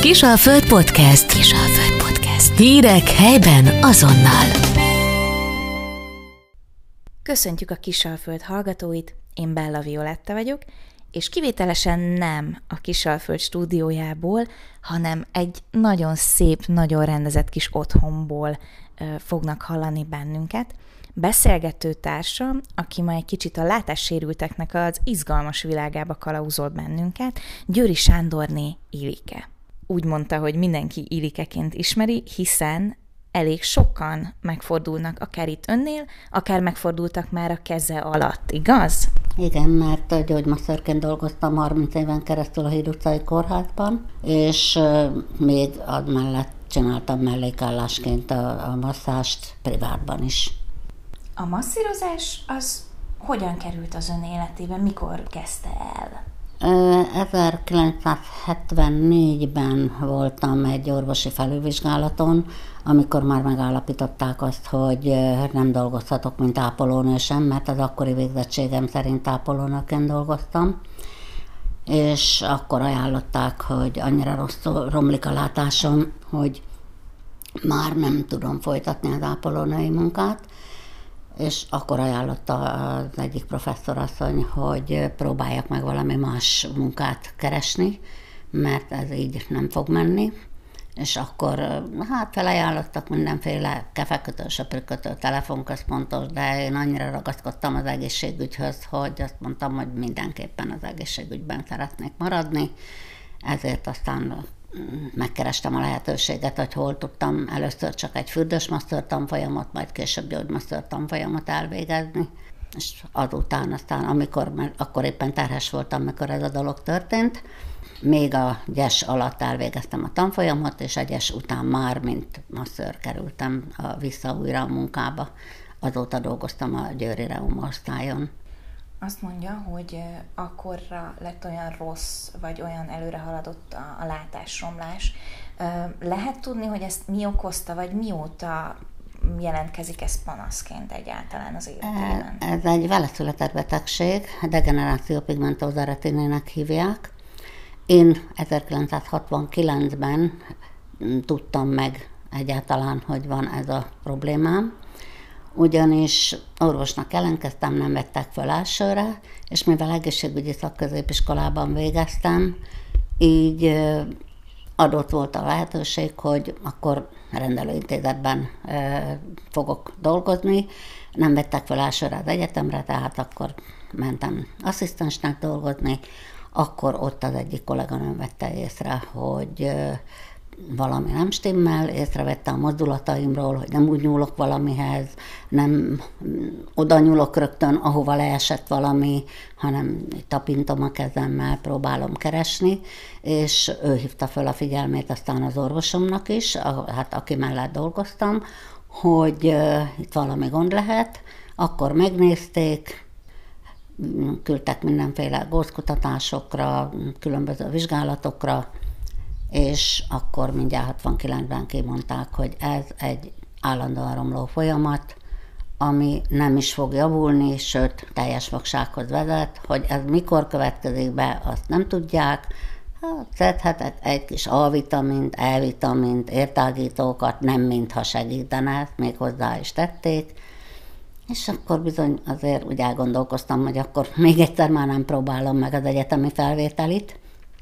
Kisalföld Podcast. Kisalföld Podcast. Hírek helyben azonnal. Köszöntjük a Kisalföld hallgatóit, én Bella Violetta vagyok, és kivételesen nem a Kisalföld stúdiójából, hanem egy nagyon szép, nagyon rendezett kis otthonból fognak hallani bennünket. Beszélgető társam, aki ma egy kicsit a látássérülteknek az izgalmas világába kalauzolt bennünket, Győri Sándorné Ilike. Úgy mondta, hogy mindenki Ilikeként ismeri, hiszen elég sokan megfordulnak, akár itt önnél, akár megfordultak már a keze alatt, igaz? Igen, mert gyógymasszörként dolgoztam 30 éven keresztül a Híd utcai kórházban, és még mellett csináltam mellékállásként a masszást privátban is. A masszírozás az hogyan került az ön életében, mikor kezdte el? 1974-ben voltam egy orvosi felülvizsgálaton, amikor már megállapították azt, hogy nem dolgozhatok, mint ápolónő sem, mert az akkori végzettségem szerint ápolónőként dolgoztam, és akkor ajánlották, hogy annyira rosszul romlik a látásom, hogy már nem tudom folytatni az ápolónői munkát, és akkor ajánlotta az egyik professzorasszony, hogy próbáljak meg valami más munkát keresni, mert ez így nem fog menni. És akkor felajánlottak mindenféle kefekötő, söprűkötő, telefonközpontos, de én annyira ragaszkodtam az egészségügyhöz, hogy azt mondtam, hogy mindenképpen az egészségügyben szeretnék maradni. Ezért aztán megkerestem a lehetőséget, hogy hol tudtam először csak egy fürdős masször tanfolyamot, majd később gyógymasször tanfolyamot elvégezni. És azután akkor éppen terhes voltam, amikor ez a dolog történt. Még a gyes alatt elvégeztem a tanfolyamot, és a gyes után már, mint masször kerültem vissza újra a munkába. Azóta dolgoztam a győri reumaosztályon. Azt mondja, hogy akkorra lett olyan rossz, vagy olyan előre haladott a látásromlás. Lehet tudni, hogy ezt mi okozta, vagy mióta jelentkezik ez panaszként egyáltalán az életében? Ez egy veleszületett betegség, degeneráció pigmentóza retinének hívják. Én 1969-ben tudtam meg egyáltalán, hogy van ez a problémám, ugyanis orvosnak ellenkeztem, nem vettek föl elsőre, és mivel egészségügyi szakközépiskolában végeztem, így adott volt a lehetőség, hogy akkor rendelőintézetben fogok dolgozni. Nem vettek föl elsőre az egyetemre, tehát akkor mentem asszisztensnek dolgozni, akkor ott az egyik kolléganőm vette észre, hogy valami nem stimmel, észrevette a mozdulataimról, hogy nem úgy nyúlok valamihez, nem oda nyúlok rögtön, ahova leesett valami, hanem tapintom a kezemmel, próbálom keresni, és ő hívta föl a figyelmét aztán az orvosomnak is, aki mellett dolgoztam, hogy itt valami gond lehet, akkor megnézték, küldtek mindenféle góckutatásokra, különböző vizsgálatokra, és akkor mindjárt 69-ben kimondták, hogy ez egy állandóan romló folyamat, ami nem is fog javulni, sőt, teljes vaksághoz vezet, hogy ez mikor következik be, azt nem tudják. Szedhetek egy kis A-vitamint, E-vitamint, értágítókat, nem mintha segítene, ezt még hozzá is tették. És akkor bizony azért úgy elgondolkoztam, hogy akkor még egyszer már nem próbálom meg az egyetemi felvételit,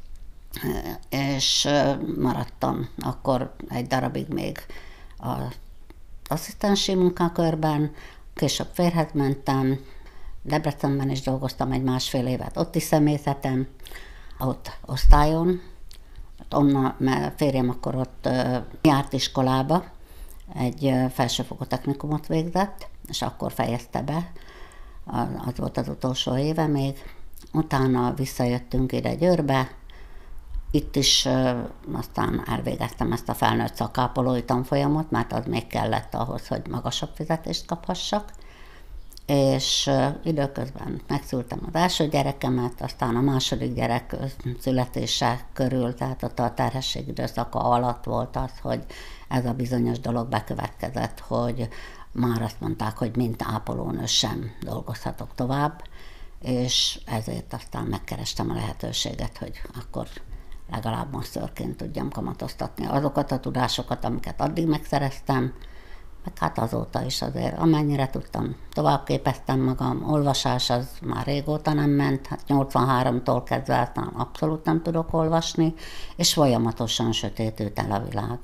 és maradtam akkor egy darabig még az asszisztensi munkakörben, később férjhez mentem, Debrecenben is dolgoztam egy 1,5 évet, ott is személyzeten, ott osztályon, onnan, mert férjem akkor ott járt iskolába, egy felsőfokú technikumot végzett, és akkor fejezte be, az volt az utolsó éve még. Utána visszajöttünk ide Győrbe, itt is aztán elvégeztem ezt a felnőtt szakápolói tanfolyamot, mert az még kellett ahhoz, hogy magasabb fizetést kaphassak, és időközben megszültem az első gyerekemet, aztán a második gyerek születése körül, tehát ott a terhesség időszaka alatt volt az, hogy ez a bizonyos dolog bekövetkezett, hogy már azt mondták, hogy mint ápolónő sem dolgozhatok tovább, és ezért aztán megkerestem a lehetőséget, hogy akkor legalább masszörként tudjam kamatoztatni azokat a tudásokat, amiket addig megszereztem, meg hát azóta is azért, amennyire tudtam, továbbképeztem magam, olvasás az már régóta nem ment, hát 83-tól kezdve aztán abszolút nem tudok olvasni, és folyamatosan sötétült el a világ.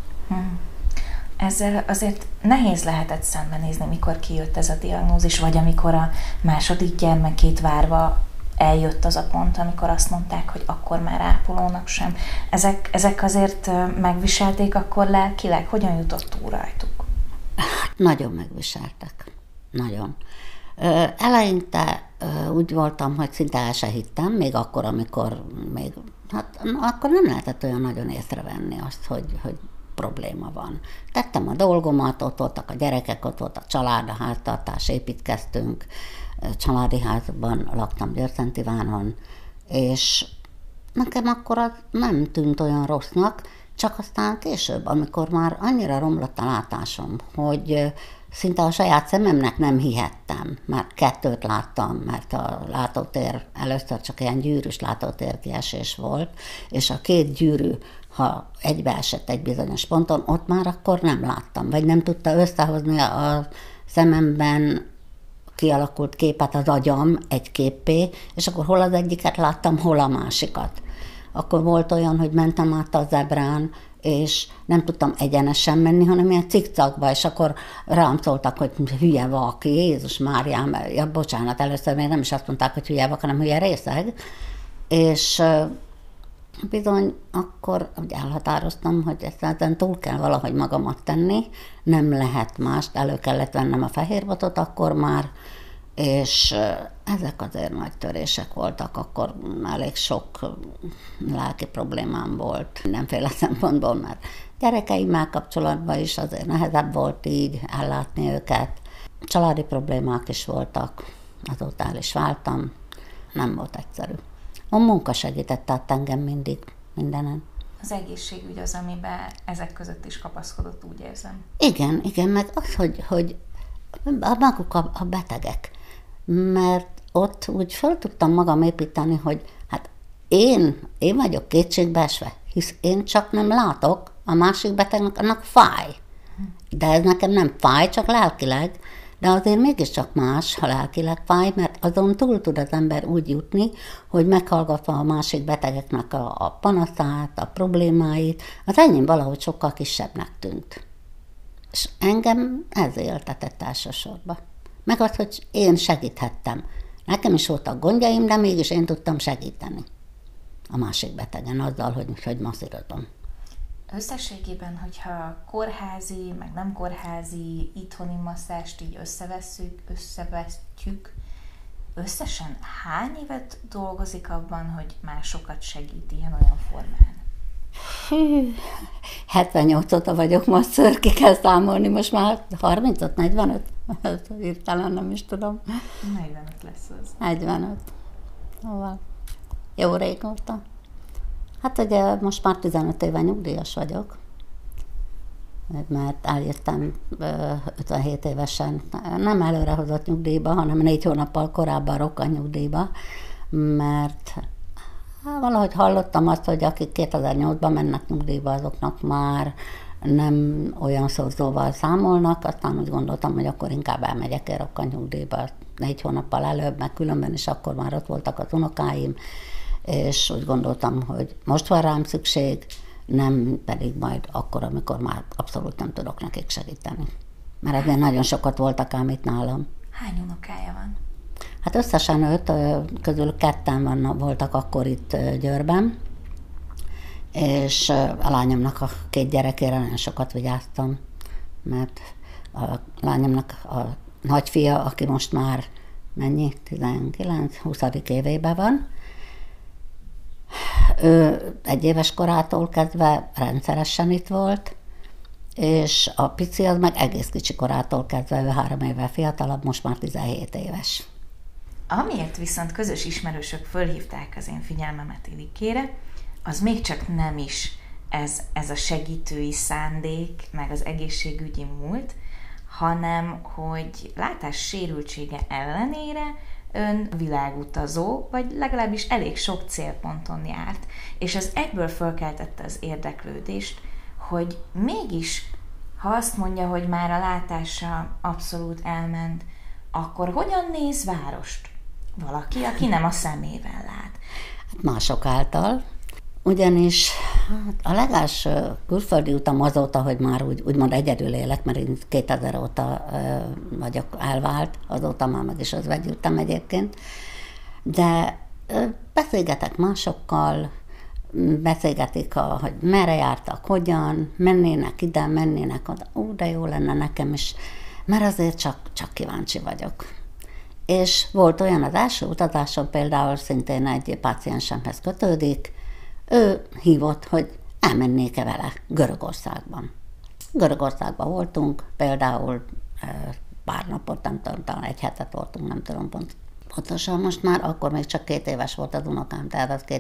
Ezzel azért nehéz lehetett szembenézni, mikor kijött ez a diagnózis, vagy amikor a második gyermekét várva eljött az a pont, amikor azt mondták, hogy akkor már ápolónak sem. Ezek azért megviselték akkor lelkileg? Hogyan jutott túl rajtuk? Nagyon megviseltek. Nagyon. Eleinte úgy voltam, hogy szinte el se hittem, még akkor, amikor akkor nem lehetett olyan nagyon észrevenni azt, hogy probléma van. Tettem a dolgomat, ott voltak a gyerekek, ott volt a család, a háztartás, építkeztünk, családi házban laktam Győrszent Ivánon, és nekem akkor az nem tűnt olyan rossznak, csak aztán később, amikor már annyira romlott a látásom, hogy szinte a saját szememnek nem hihettem, mert 2 láttam, mert a látótér először csak ilyen gyűrűs látótérkiesés volt, és a 2 gyűrű, ha egybeesett egy bizonyos ponton, ott már akkor nem láttam, vagy nem tudta összehozni a szememben kialakult képet az agyam egy képpé, és akkor hol az egyiket láttam, hol a másikat. Akkor volt olyan, hogy mentem át a zebrán, és nem tudtam egyenesen menni, hanem ilyen cikcakba, és akkor rám szóltak, hogy hülye valaki, Jézus Máriám, ja, bocsánat, először még nem is azt mondták, hogy hülye valaki, hanem hülye részeg, és bizony akkor úgy elhatároztam, hogy ezen túl kell valahogy magamat tenni, nem lehet mást, elő kellett vennem a fehérbotot akkor már, és ezek azért nagy törések voltak, akkor elég sok lelki problémám volt mindenféle szempontból, mert gyerekeimmel kapcsolatban is azért nehezebb volt így ellátni őket. Családi problémák is voltak, azóta el is váltam, nem volt egyszerű. A munka segített át engem mindig, mindenen. Az egészségügy az, amiben ezek között is kapaszkodott, úgy érzem. Igen, meg az, hogy maguk a betegek, mert ott úgy fel tudtam magam építeni, hogy hát én vagyok kétségbeesve, hisz én csak nem látok, a másik betegnek annak fáj. De ez nekem nem fáj, csak lelkileg, de azért mégiscsak más, ha lelkileg fáj, mert azon túl tud az ember úgy jutni, hogy meghallgatva a másik betegeknek a panaszát, a problémáit, az enyém valahogy sokkal kisebbnek tűnt. És engem ez éltetett elsősorban. Meg az, hogy én segíthettem. Nekem is voltak gondjaim, de mégis én tudtam segíteni a másik betegen azzal, hogy masszírozom. Összességében, hogyha kórházi, meg nem kórházi, itthoni masszást így összevetjük, összesen hány évet dolgozik abban, hogy másokat segít ilyen-olyan formán? 78 óta vagyok masször, ki kell számolni, most már 35, 45? Hirtelen nem is tudom. 45 lesz az. 45. Szóval jó régóta. Hát ugye most már 15 éve nyugdíjas vagyok, mert eljöttem 57 évesen, nem előrehozott nyugdíjba, hanem 4 hónappal korábban rokkanyugdíjba, mert valahogy hallottam azt, hogy akik 2008-ban mennek nyugdíjba, azoknak már nem olyan szorzóval számolnak, aztán úgy gondoltam, hogy akkor inkább elmegyek el rokkanyugdíjba 4 hónappal előbb, meg különben is akkor már ott voltak az unokáim, és úgy gondoltam, hogy most van rám szükség, nem pedig majd akkor, amikor már abszolút nem tudok nekik segíteni. Mert azért nagyon sokat voltak ám itt nálam. Hány unokája van? Hát összesen 5, közül 2 voltak akkor itt Győrben, és a lányomnak a 2 gyerekére nagyon sokat vigyáztam, mert a lányomnak a nagyfia, aki most már 19-20. évében van, ő 1 éves korától kezdve rendszeresen itt volt, és a pici az meg egész kicsi korától kezdve, ő 3 évvel fiatalabb, most már 17 éves. Amiért viszont közös ismerősök fölhívták az én figyelmemet Ilikére, az még csak nem is ez a segítői szándék, meg az egészségügyi múlt, hanem hogy látássérültsége ellenére ön világutazó, vagy legalábbis elég sok célponton járt, és ez egyből fölkeltette az érdeklődést, hogy mégis, ha azt mondja, hogy már a látása abszolút elment, akkor hogyan néz várost valaki, aki nem a szemével lát? Mások által, ugyanis a legelső külföldi utam azóta, hogy már úgymond egyedül élek, mert én 2000 óta vagyok elvált, azóta már meg is özvegyültem egyébként, de beszélgetek másokkal, beszélgetik, hogy merre jártak, hogyan, mennének ide, mennének oda, de jó lenne nekem is, mert azért csak kíváncsi vagyok. És volt olyan az első utazásom, például szintén egy páciensemhez kötődik, ő hívott, hogy elmennék-e vele Görögországban. Görögországban voltunk, például pár napot, nem tudom, talán egy hetet voltunk, nem tudom pontosan most már, akkor még csak 2 éves volt az unokám, tehát az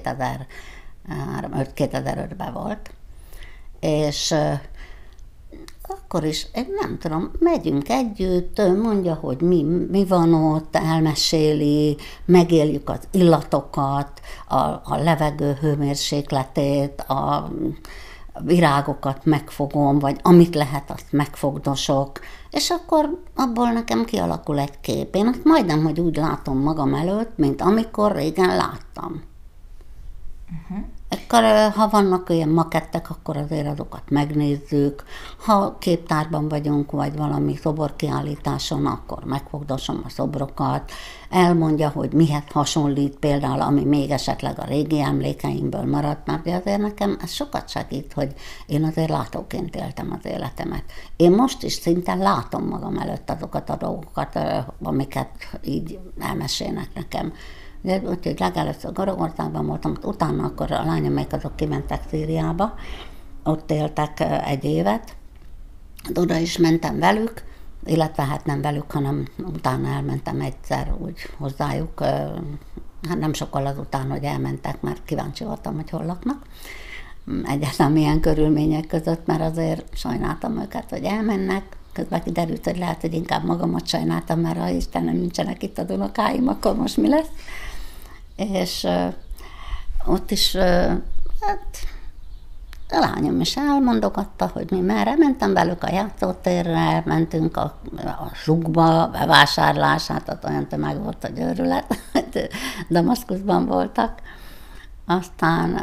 2005-ben volt. És akkor is, én nem tudom, megyünk együtt, mondja, hogy mi van ott, elmeséli, megéljük az illatokat, a levegő hőmérsékletét, a virágokat megfogom, vagy amit lehet, azt megfogdosok, és akkor abból nekem kialakul egy kép. Én azt majdnem, hogy úgy látom magam előtt, mint amikor régen láttam. Akkor, ha vannak olyan makettek, akkor azért azokat megnézzük. Ha képtárban vagyunk, vagy valami szoborkiállításon, akkor megfogdosom a szobrokat. Elmondja, hogy mihez hasonlít például, ami még esetleg a régi emlékeimből maradt, mert azért nekem ez sokat segít, hogy én azért látóként éltem az életemet. Én most is szinte látom magam előtt azokat a dolgokat, amiket így elmesélnek nekem. Úgyhogy legelőször Görögországban voltam, utána akkor a lányomék azok kimentek Szíriába, ott éltek 1 évet, oda is mentem velük, illetve hát nem velük, hanem utána elmentem egyszer úgy hozzájuk, hát nem sokkal azután, hogy elmentek, mert kíváncsi voltam, hogy hol laknak. Egyáltalán milyen körülmények között, mert azért sajnáltam őket, hogy elmennek. Közben kiderült, hogy lehet, hogy inkább magamat sajnáltam, mert ha Istenem nincsenek itt az unokáim, akkor most mi lesz? És ott is, hát a lányom is elmondogatta, hogy mi merre. Mentem velük a játszótérre, mentünk a zsukba, bevásárlás, hát ott olyan tömeg volt, hogy őrület. Damaszkuszban voltak. Aztán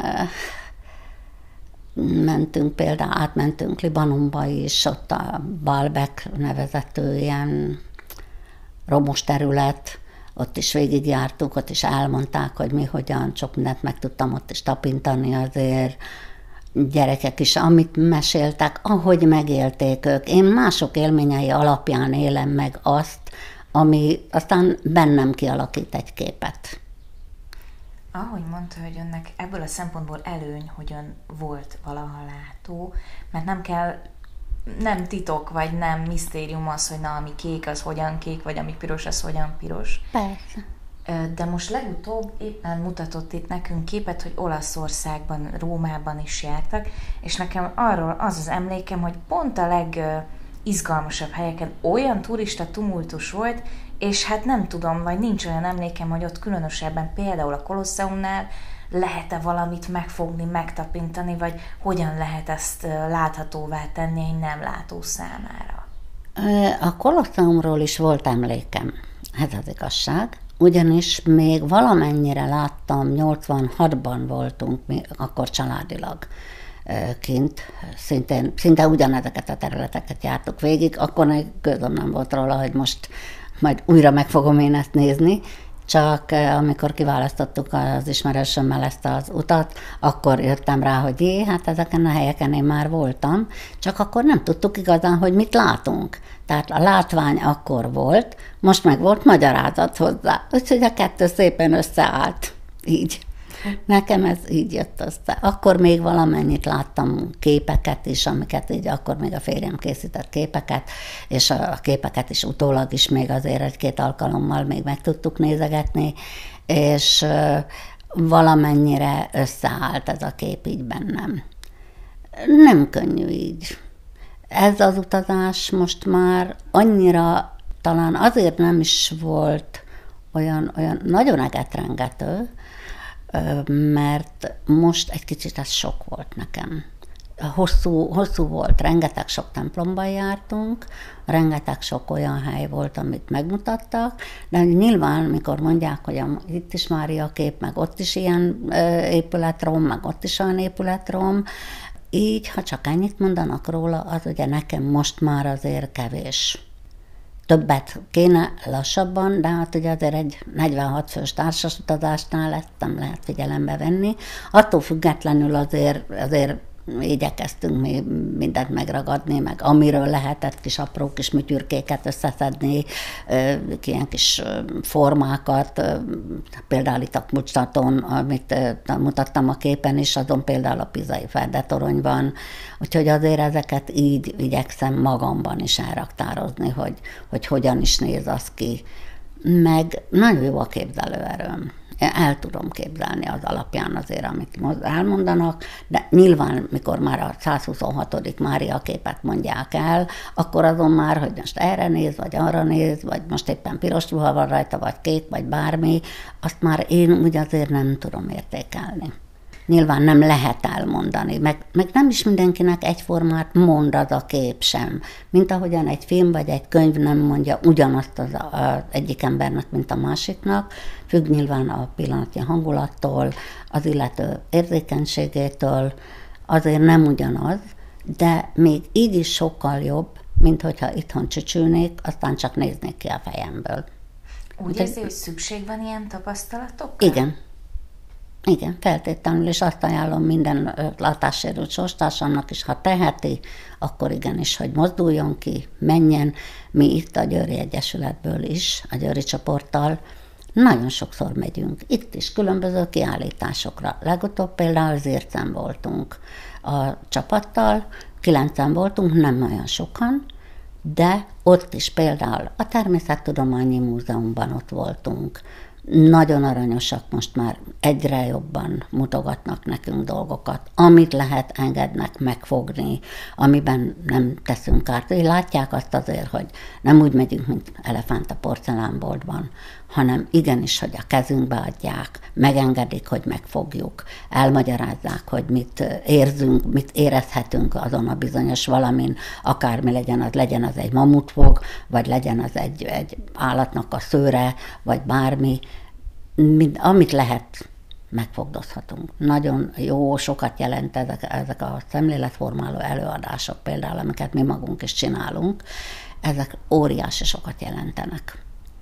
átmentünk Libanonba is, ott a Baalbek nevezető ilyen romos terület, ott is végigjártuk, ott is elmondták, hogy mi hogyan, sok mindent meg tudtam ott is tapintani azért, gyerekek is, amit meséltek, ahogy megélték ők. Én mások élményei alapján élem meg azt, ami aztán bennem kialakít egy képet. Ahogy mondta, hogy önnek ebből a szempontból előny, hogy ön volt valaha látó, mert nem titok, vagy nem misztérium az, hogy na, ami kék, az hogyan kék, vagy ami piros, az hogyan piros. Persze. De most legutóbb éppen mutatott itt nekünk képet, hogy Olaszországban, Rómában is jártak, és nekem arról az emlékem, hogy pont a legizgalmasabb helyeken olyan turista tumultus volt, és hát nem tudom, vagy nincs olyan emlékem, hogy ott különösebben például a Kolosseumnál lehet-e valamit megfogni, megtapintani, vagy hogyan lehet ezt láthatóvá tenni egy nem látó számára? A Kolosseumról is volt emlékem, ez az igazság, ugyanis még valamennyire láttam, 86-ban voltunk, mi akkor családilag kint, szinte ugyanezeket a területeket jártuk végig, akkor még közöm nem volt róla, hogy most majd újra meg fogom én ezt nézni, csak amikor kiválasztottuk az ismerősömmel ezt az utat, akkor jöttem rá, hogy hát ezeken a helyeken én már voltam, csak akkor nem tudtuk igazán, hogy mit látunk. Tehát a látvány akkor volt, most meg volt magyarázat hozzá, úgyhogy a kettő szépen összeállt. Így. Nekem ez így jött össze. Akkor még valamennyit láttam képeket is, amiket így akkor még a férjem készített képeket, és a képeket is utólag is még azért 1-2 alkalommal még meg tudtuk nézegetni, és valamennyire összeállt ez a kép így bennem. Nem könnyű így. Ez az utazás most már annyira, talán azért nem is volt olyan nagyon egetrengető, mert most egy kicsit ez sok volt nekem. Hosszú volt, rengeteg sok templomban jártunk, rengeteg sok olyan hely volt, amit megmutattak, de nyilván, mikor mondják, hogy itt is Mária kép, meg ott is ilyen épületrom, meg ott is olyan épületrom, így, ha csak ennyit mondanak róla, az ugye nekem most már azért kevés. Többet kéne, lassabban, de hát ugye azért egy 46 fős társasutazásnál ezt nem lehet figyelembe venni. Attól függetlenül azért igyekeztünk mi mindent megragadni, meg amiről lehetett kis apró kis műtyürkéket összeszedni, ilyen kis formákat, például itt a Mucstaton, amit mutattam a képen is, azon például a Pisai Ferdetorony van, úgyhogy azért ezeket így igyekszem magamban is elraktározni, hogy hogyan is néz az ki. Meg nagyon jó a képzelőerőm. El tudom képzelni az alapján azért, amit elmondanak, de nyilván, mikor már a 126. Mária képet mondják el, akkor azon már, hogy most erre néz, vagy arra néz, vagy most éppen piros ruha van rajta, vagy kék, vagy bármi, azt már én úgy azért nem tudom értékelni. Nyilván nem lehet elmondani, meg nem is mindenkinek egyformát mond az a kép sem. Mint ahogyan egy film vagy egy könyv nem mondja ugyanazt az egyik embernek, mint a másiknak, függ nyilván a pillanatnyi hangulattól, az illető érzékenységétől, azért nem ugyanaz, de még így is sokkal jobb, mint hogyha itthon csücsülnék, aztán csak néznék ki a fejemből. Úgy érzi, hogy szükség van ilyen tapasztalatokra? Igen, feltétlenül, és azt ajánlom minden látássérült sorstársamnak is, ha teheti, akkor igenis, hogy mozduljon ki, menjen. Mi itt a Győri Egyesületből is, a Győri csoporttal nagyon sokszor megyünk. Itt is különböző kiállításokra. Legutóbb például Zércen voltunk a csapattal, 9-en voltunk, nem olyan sokan, de ott is például a Természettudományi Múzeumban ott voltunk. Nagyon aranyosak, most már egyre jobban mutogatnak nekünk dolgokat, amit lehet, engednek megfogni, amiben nem teszünk kárt. Látják azt azért, hogy nem úgy megyünk, mint elefánt a porcelánboltban, hanem igenis, hogy a kezünkbe adják, megengedik, hogy megfogjuk, elmagyarázzák, hogy mit érzünk, mit érezhetünk azon a bizonyos valamin, akármi legyen az egy mamutfog, vagy legyen az egy állatnak a szőre, vagy bármi, amit lehet, megfogdozhatunk. Nagyon jó, sokat jelent ezek a szemléletformáló előadások például, amiket mi magunk is csinálunk, ezek óriási sokat jelentenek.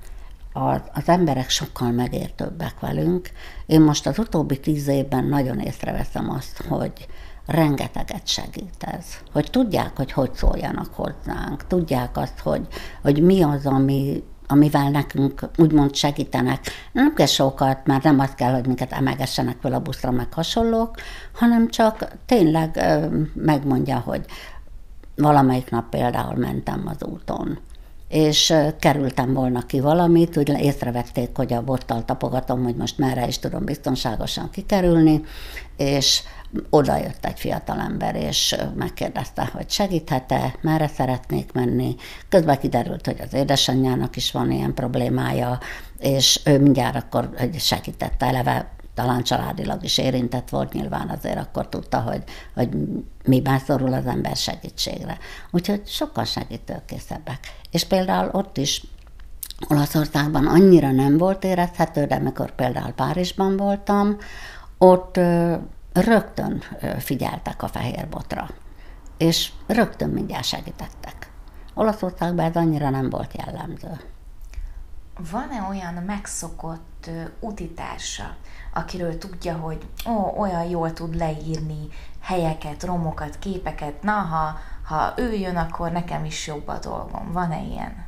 Az emberek sokkal megértőbbek velünk. Én most az utóbbi 10 évben nagyon észreveszem azt, hogy rengeteget segít ez. Hogy tudják, hogy szóljanak hozzánk. Tudják azt, hogy mi az, amivel nekünk úgymond segítenek. Nem kell sokat, mert nem az kell, hogy minket emelgessenek fel a buszra, meg hasonlók, hanem csak tényleg megmondja, hogy valamelyik nap például mentem az úton, és kerültem volna ki valamit, úgy észrevették, hogy a bottal tapogatom, hogy most merre is tudom biztonságosan kikerülni, és oda jött egy fiatalember, és megkérdezte, hogy segíthet-e, merre szeretnék menni. Közben kiderült, hogy az édesanyjának is van ilyen problémája, és ő mindjárt akkor segítette eleve, talán családilag is érintett volt, nyilván azért akkor tudta, hogy miben szorul az ember segítségre. Úgyhogy sokkal segítőkészebbek. És például ott is Olaszországban annyira nem volt érezhető, de amikor például Párizsban voltam, ott rögtön figyeltek a fehér botra, és rögtön mindjárt segítettek. Olaszországban ez annyira nem volt jellemző. Van-e olyan megszokott utitársa, akiről tudja, hogy olyan jól tud leírni helyeket, romokat, képeket, ha ő jön, akkor nekem is jobb a dolgom. Van-e ilyen?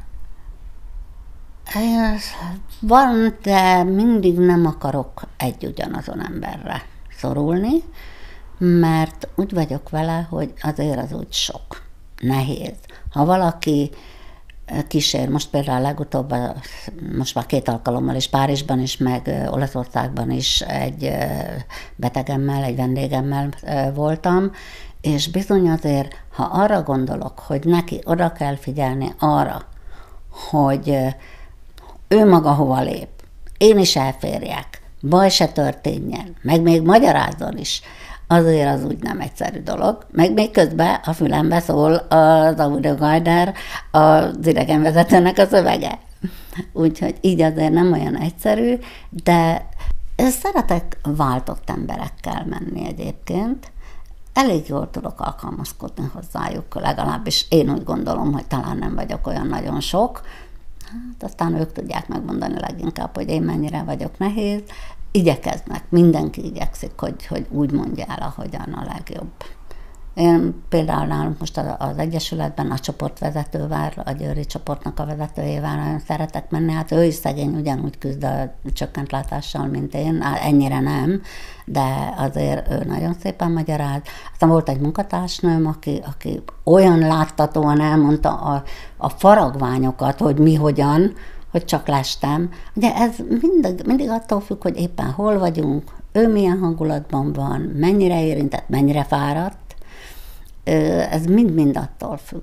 Van, de mindig nem akarok egy ugyanazon emberre szorulni, mert úgy vagyok vele, hogy azért az úgy sok, nehéz. Ha valaki kísér, most például legutóbb, most már 2 alkalommal is Párizsban is, meg Olaszországban is egy betegemmel, egy vendégemmel voltam, és bizony azért, ha arra gondolok, hogy neki oda kell figyelni arra, hogy ő maga hova lép, én is elférjek, baj se történjen, meg még magyarázzon is, azért az úgy nem egyszerű dolog. Meg még közben a fülembe szól az audioguider, az idegenvezetőnek a szövege. Úgyhogy így azért nem olyan egyszerű, de szeretek váltott emberekkel menni egyébként. Elég jól tudok alkalmazkodni hozzájuk, legalábbis én úgy gondolom, hogy talán nem vagyok olyan nagyon sok. Hát aztán ők tudják megmondani leginkább, hogy én mennyire vagyok nehéz. Igyekeznek, mindenki igyekszik, hogy úgy mondja el, ahogyan a legjobb. Én például nálunk most az Egyesületben a csoportvezetővel, a győri csoportnak a vezetőjével nagyon szeretek menni, hát ő is szegény ugyanúgy küzd a csökkent látással, mint én, ennyire nem, de azért ő nagyon szépen magyaráz. Aztán volt egy munkatársnőm, aki olyan láttatóan elmondta a faragványokat, hogy mi hogyan, hogy csak lestem. Ugye ez mindig attól függ, hogy éppen hol vagyunk, ő milyen hangulatban van, mennyire érintett, mennyire fáradt. Ez mind-mind attól függ.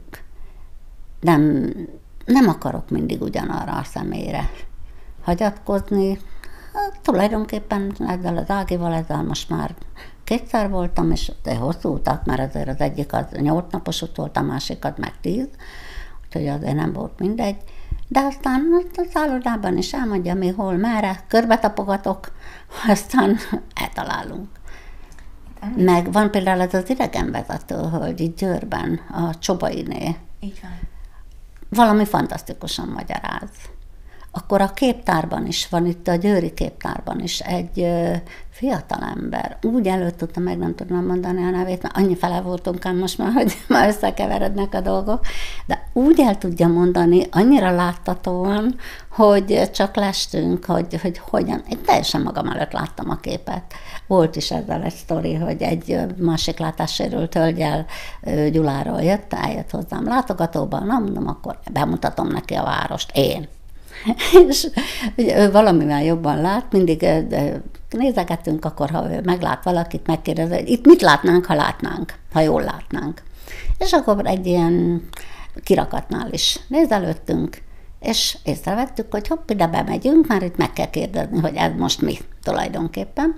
Nem akarok mindig ugyanarra a személyre hagyatkozni. Tulajdonképpen ezzel az Ágival, ezzel most már 2-szer voltam, és hosszú utak, mert azért az egyik az 8 napos út volt, a másikat meg 10, úgyhogy azért nem volt mindegy. De aztán a szállodában is elmondja, mi hol, merre, körbetapogatok, aztán eltalálunk. Meg van például ez az idegenvezető hölgy itt Győrben, a Csobainé. Így van. Valami fantasztikusan magyaráz. Akkor a képtárban is van, itt a győri képtárban is egy fiatalember. Úgy előtt tudtam, meg nem tudnám mondani a nevét, mert annyi fele voltunk ám most már, hogy már összekeverednek a dolgok, de úgy el tudja mondani, annyira láttatóan, hogy csak lestünk, hogy hogyan. Én teljesen magam előtt láttam a képet. Volt is ezzel egy sztori, hogy egy másik látássérült hölgyel Gyuláról eljött hozzám látogatóban, na mondom, akkor bemutatom neki a várost, én. És ő valamivel jobban lát, mindig nézegetünk, akkor ha ő meglát valakit, megkérdezi, hogy itt mit látnánk, ha látnánk, ha jól látnánk. És akkor egy ilyen kirakatnál is nézelődtünk, és észrevettük, hogy hopp, ide bemegyünk, már itt meg kell kérdezni, hogy ez most mi tulajdonképpen.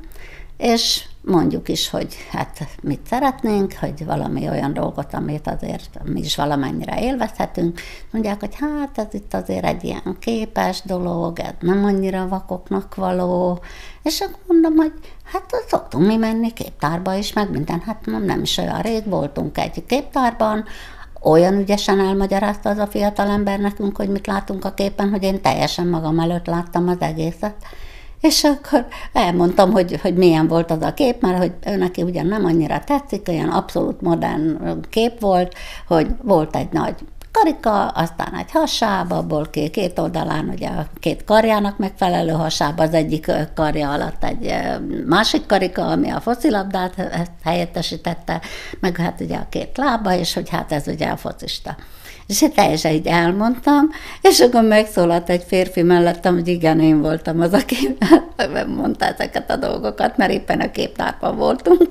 És mondjuk is, hogy hát mit szeretnénk, hogy valami olyan dolgot, amit azért mi is valamennyire élvezhetünk. Mondják, hogy hát ez itt azért egy ilyen képes dolog, ez nem annyira vakoknak való. És akkor mondom, hogy hát szoktunk mi menni képtárba is, meg minden, hát nem is olyan rég voltunk egy képtárban, olyan ügyesen elmagyarázta az a fiatalember nekünk, hogy mit látunk a képen, hogy én teljesen magam előtt láttam az egészet. És akkor elmondtam, hogy milyen volt az a kép, mert hogy ő neki ugyan nem annyira tetszik, olyan abszolút modern kép volt, hogy volt egy nagy karika, aztán egy hasáb, abból két oldalán ugye a két karjának megfelelő hasáb, az egyik karja alatt egy másik karika, ami a focilabdát helyettesítette, meg hát ugye a két lába, és hogy hát ez ugye a focista. És én teljesen így elmondtam, és akkor megszólalt egy férfi mellettem, hogy igen, én voltam az, aki mondta ezeket a dolgokat, mert éppen a képtárban voltunk.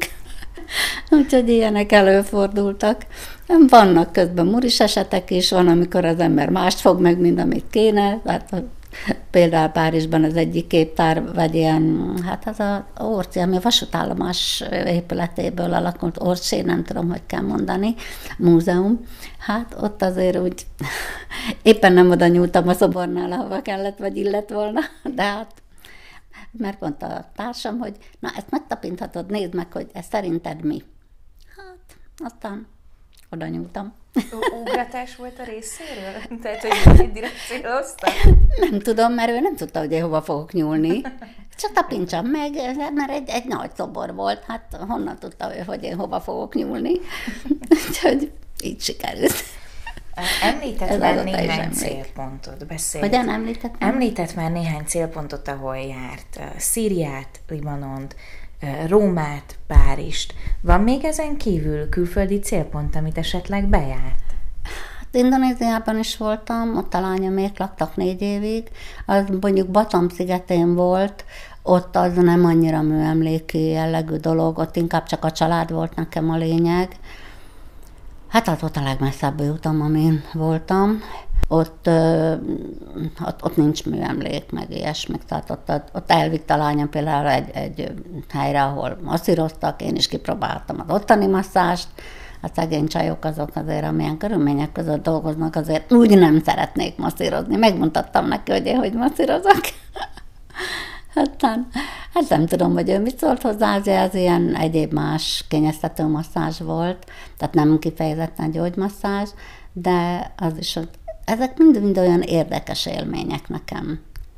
Úgyhogy ilyenek előfordultak. Vannak közben muris esetek is, van, amikor az ember mást fog meg, mint amit kéne. Hát, például Párizsban az egyik képtár, vagy ilyen, hát az a Orci, ami a vasútállomás épületéből alakult, Orcsé, nem tudom, hogy kell mondani, múzeum. Hát ott azért úgy éppen nem oda nyúltam a szobornál, ahova kellett, vagy illett volna, de hát mert mondta a társam, hogy na, ezt megtapinthatod, nézd meg, hogy ez szerinted mi. Hát, aztán oda nyúltam. Ugratás volt a részéről? Tehát, hogy direkt célozta? Nem tudom, mert ő nem tudta, hogy én hova fogok nyúlni. Csak tapintsam meg, mert egy nagy szobor volt, hát honnan tudta ő, hogy én hova fogok nyúlni. Úgyhogy így sikerült. Említett már néhány célpontot, beszélt. Hogyan említett? Említett már néhány célpontot, ahol járt. Szíriát, Libanont, Rómát, Párizst. Van még ezen kívül külföldi célpont, amit esetleg bejárt? Hát Indonéziában is voltam, ott a lányomék laktak 4 évig. Az mondjuk Batam szigetén volt, ott az nem annyira műemléki jellegű dolog, ott inkább csak a család volt nekem a lényeg. Hát az volt a legmesszebb utam, amin voltam. ott nincs műemlék, meg ilyesmik. Tehát ott elvitt a lányom például egy helyre, ahol masszíroztak, én is kipróbáltam az ottani masszást. A szegény csajok azok azért, amilyen körülmények között dolgoznak, azért úgy nem szeretnék masszírozni. Megmutattam neki, hogy én hogy masszírozok. Hát nem tudom, hogy ő mit szólt hozzá, ez ilyen egyéb más kényeztető masszázs volt, tehát nem kifejezetten gyógymasszázs, de az is, ezek mind olyan érdekes élmények nekem.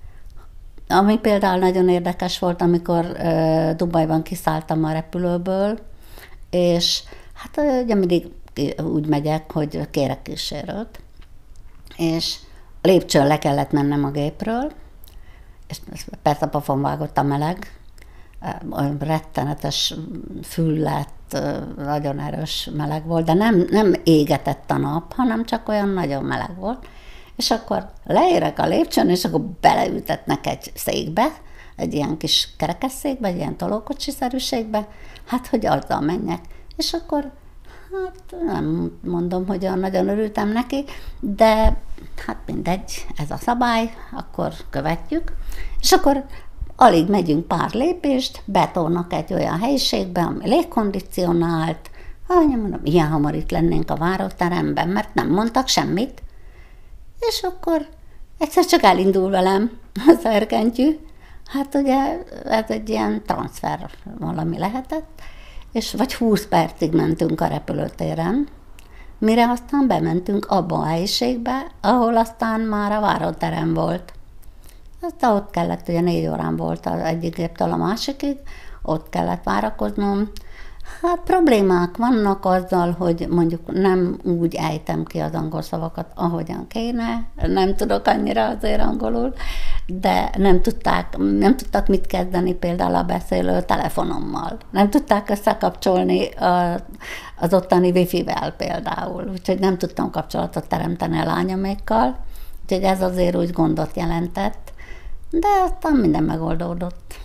Ami például nagyon érdekes volt, amikor Dubajban kiszálltam a repülőből, és hát ugye mindig úgy megyek, hogy kérek kísérőt, és lépcsőn le kellett mennem a gépről, és persze a pofon vágott a meleg, olyan rettenetes fül lett, nagyon erős meleg volt, de nem égetett a nap, hanem csak olyan nagyon meleg volt. És akkor leérek a lépcsőn, és akkor beleültetnek egy székbe, egy ilyen kis kerekesszékbe, egy ilyen tolókocsiszerűségbe, hát hogy azzal menjek. És akkor hát nem mondom, hogy olyan nagyon örültem neki, de hát mindegy, ez a szabály, akkor követjük. És akkor alig megyünk pár lépést, betolnak egy olyan helyiségbe, ami légkondicionált. Mondom, ilyen hamar itt lennénk a váróteremben, mert nem mondtak semmit. És akkor egyszer csak elindul velem a szerkentyű. Hát ugye ez egy ilyen transfer valami lehetett, és vagy 20 percig mentünk a repülőtéren, mire aztán bementünk abba a helyiségbe, ahol aztán már a váróterem volt. Aztán ott kellett, ugye 4 órán volt az egyik géptől a másikig, ott kellett várakoznom. Hát problémák vannak azzal, hogy mondjuk nem úgy ejtem ki az angol szavakat, ahogyan kéne, nem tudok annyira azért angolul, de nem tudtak mit kezdeni például a beszélő telefonommal. Nem tudták összekapcsolni az ottani wifi-vel például, úgyhogy nem tudtam kapcsolatot teremteni a lányomékkal, úgyhogy ez azért úgy gondot jelentett, de aztán minden megoldódott.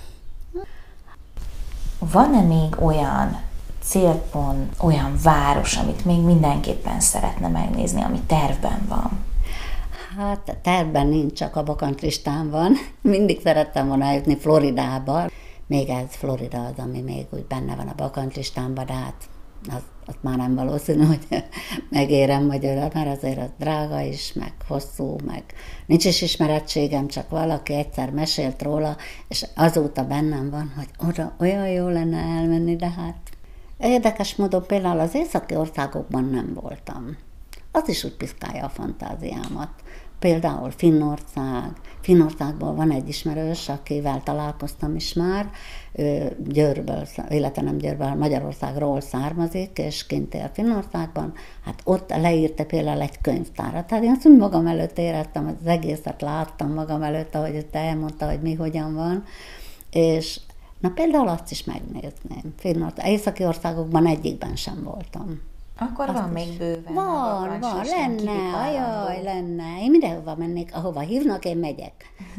Van-e még olyan célpont, olyan város, amit még mindenképpen szeretne megnézni, ami tervben van? Hát tervben nincs, csak a bakantlistán van. Mindig szerettem volna eljutni Floridába. Még ez Florida az, ami még úgy benne van a bakantlistámban, de hát az már nem valószínű, hogy megérem magyarul, mert azért az drága is, meg hosszú, meg nincs is ismerettségem, csak valaki egyszer mesélt róla, és azóta bennem van, hogy oda olyan jó lenne elmenni, de hát érdekes módon például az északi országokban nem voltam. Az is úgy piszkálja a fantáziámat. Például Finnországból van egy ismerős, akivel találkoztam is már, Győrből, illetve nem Győrből, Magyarországról származik, és kint él Finnországban, hát ott leírta például egy könyvtárat. Tehát én azt magam előtt éreztem, hogy az egészet láttam magam előtt, ahogy ott elmondta, hogy mi hogyan van, és na például azt is megnézném. Északi országokban egyikben sem voltam. Akkor azt van még bőven. Van, lenne. Én mindenhova mennék, ahova hívnak, én megyek.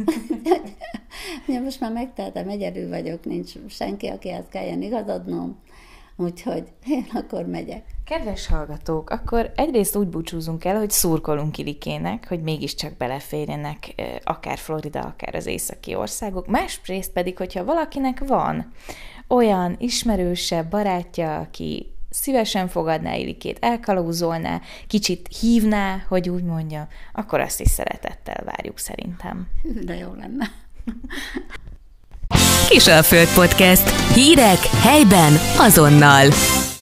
Most már megtehetem, egyedül vagyok, nincs senki, akihez kelljen igazodnom, úgyhogy én akkor megyek. Kedves hallgatók, akkor egyrészt úgy búcsúzunk el, hogy szurkolunk Ilikének, hogy mégiscsak beleférjenek akár Florida, akár az északi országok. Másrészt pedig, hogyha valakinek van olyan ismerőse, barátja, aki szívesen fogadná Ilikét, elkalauzolná, kicsit hívná, hogy úgy mondja, akkor azt is szeretettel várjuk szerintem. De jó lenne. Kisalföld Podcast. Hírek helyben azonnal.